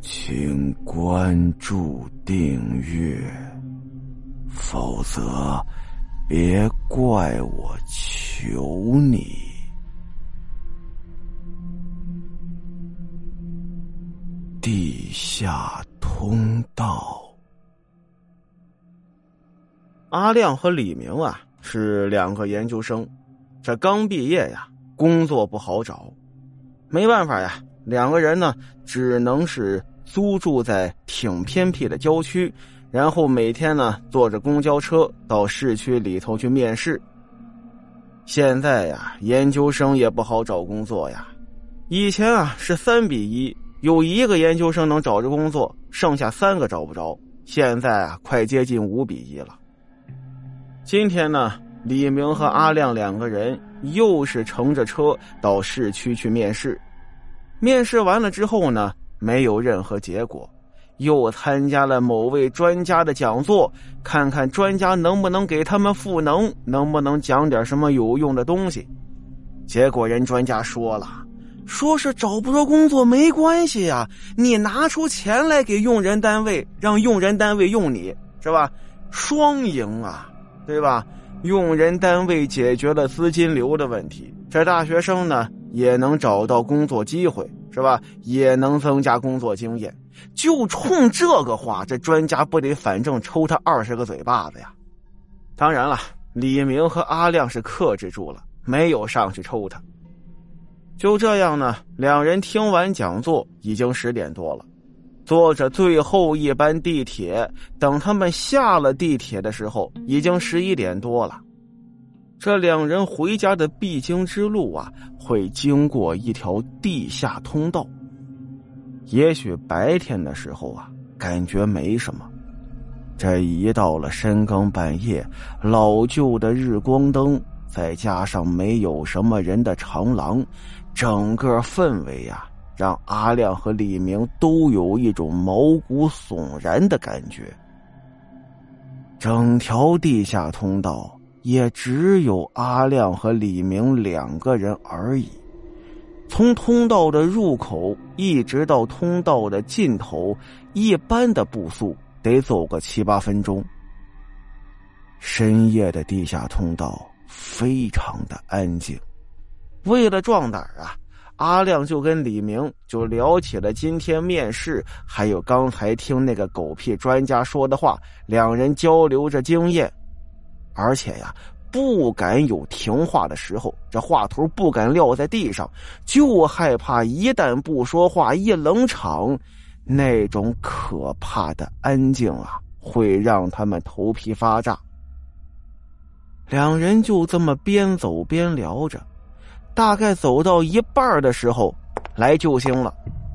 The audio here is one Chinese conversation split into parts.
请关注订阅，否则别怪我求你。地下通道。 阿亮和李明啊是两个研究生，这刚毕业呀，工作不好找，没办法呀，两个人呢只能是租住在挺偏僻的郊区，然后每天呢坐着公交车到市区里头去面试。现在呀，研究生也不好找工作呀，以前啊是3:1，有1个研究生能找着工作，剩下3个找不着，现在啊快接近5:1了。今天呢，李明和阿亮两个人又是乘着车到市区去面试。面试完了之后呢，没有任何结果，又参加了某位专家的讲座，看看专家能不能给他们赋能，能不能讲点什么有用的东西。结果人专家说了，说是找不着工作没关系呀，你拿出钱来给用人单位，让用人单位用你，是吧？双赢啊，对吧？用人单位解决了资金流的问题，这大学生呢也能找到工作机会，是吧？也能增加工作经验。就冲这个话，这专家不得反正抽他20个嘴巴子呀？当然了，李明和阿亮是克制住了，没有上去抽他。就这样呢，两人听完讲座已经10点多了，坐着最后一班地铁，等他们下了地铁的时候已经11点多了。这两人回家的必经之路啊，会经过一条地下通道。也许白天的时候啊，感觉没什么，这一到了深更半夜，老旧的日光灯再加上没有什么人的长廊，整个氛围啊让阿亮和李明都有一种毛骨悚然的感觉。整条地下通道也只有阿亮和李明2个人而已，从通道的入口一直到通道的尽头，一般的步速得走个7、8分钟。深夜的地下通道非常的安静，为了壮胆啊，阿亮就跟李明就聊起了今天面试，还有刚才听那个狗屁专家说的话，两人交流着经验。而且呀，不敢有停话的时候，这话头不敢撂在地上，就害怕一旦不说话一冷场，那种可怕的安静啊，会让他们头皮发炸。两人就这么边走边聊着，大概走到一半的时候，来救星了。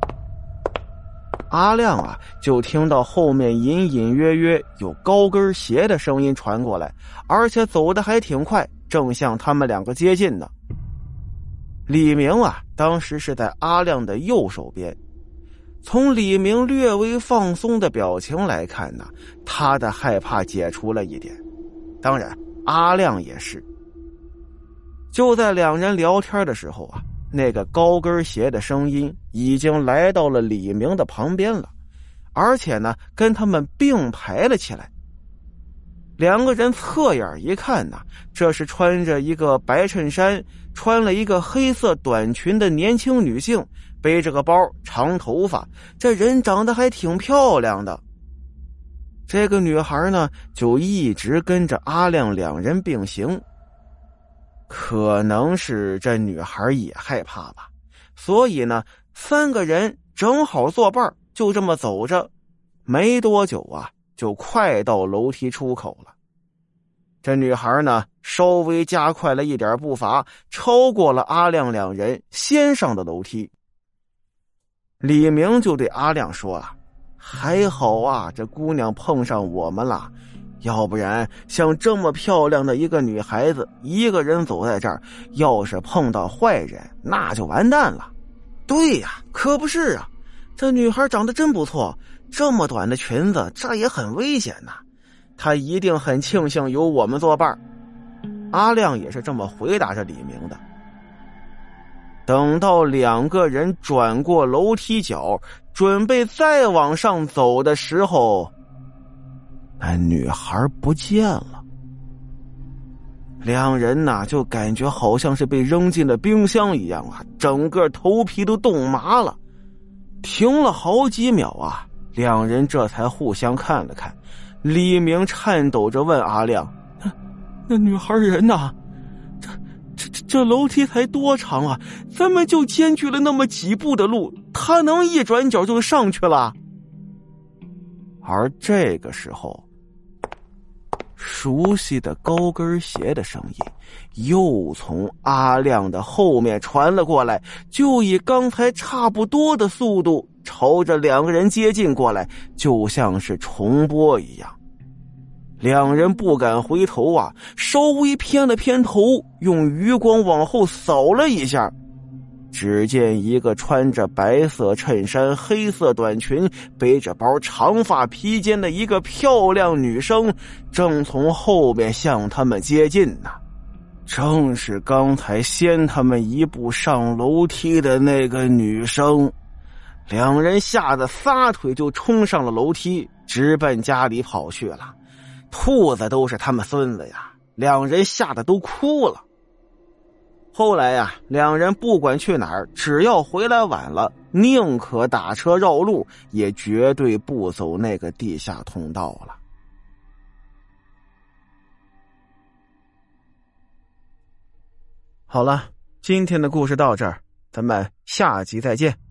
阿亮啊，就听到后面隐隐约约有高跟鞋的声音传过来，而且走得还挺快，正向他们2个接近呢。李明啊，当时是在阿亮的右手边，从李明略微放松的表情来看呢，他的害怕解除了一点，当然阿亮也是。就在两人聊天的时候啊，那个高跟鞋的声音已经来到了李明的旁边了，而且呢跟他们并排了起来。2个人侧眼一看呢，这是穿着一个白衬衫，穿了一个黑色短裙的年轻女性，背着个包，长头发，这人长得还挺漂亮的。这个女孩呢就一直跟着阿亮2人并行。可能是这女孩也害怕吧，所以呢3个人正好作伴，就这么走着，没多久啊就快到楼梯出口了。这女孩呢稍微加快了一点步伐，超过了阿亮2人，先上的楼梯。李明就对阿亮说啊，还好啊，这姑娘碰上我们了，要不然像这么漂亮的一个女孩子一个人走在这儿，要是碰到坏人那就完蛋了。对呀，可不是啊，这女孩长得真不错，这么短的裙子这也很危险呐，她一定很庆幸有我们作伴。阿亮也是这么回答着李明的。等到2个人转过楼梯角， 准备再往上走的时候， 那女孩不见了。 两人呐，就感觉好像是被扔进了冰箱一样啊，整个头皮都冻麻了。停了好几秒啊，两人这才互相看了看。李明颤抖着问阿亮：“那女孩人呢？这楼梯才多长啊？咱们就间距了那么几步的路，她能一转角就上去了？” 而这个时候，熟悉的高跟鞋的声音又从阿亮的后面传了过来，就以刚才差不多的速度朝着两个人接近过来，就像是重播一样。两人不敢回头啊，稍微偏了偏头，用余光往后扫了一下，只见一个穿着白色衬衫、黑色短裙、背着包、长发披肩的一个漂亮女生，正从后面向他们接近呢。正是刚才先他们一步上楼梯的那个女生。两人吓得撒腿就冲上了楼梯，直奔家里跑去了。兔子都是他们孙子呀，两人吓得都哭了。后来呀，两人不管去哪儿，只要回来晚了，宁可打车绕路，也绝对不走那个地下通道了。好了，今天的故事到这儿，咱们下集再见。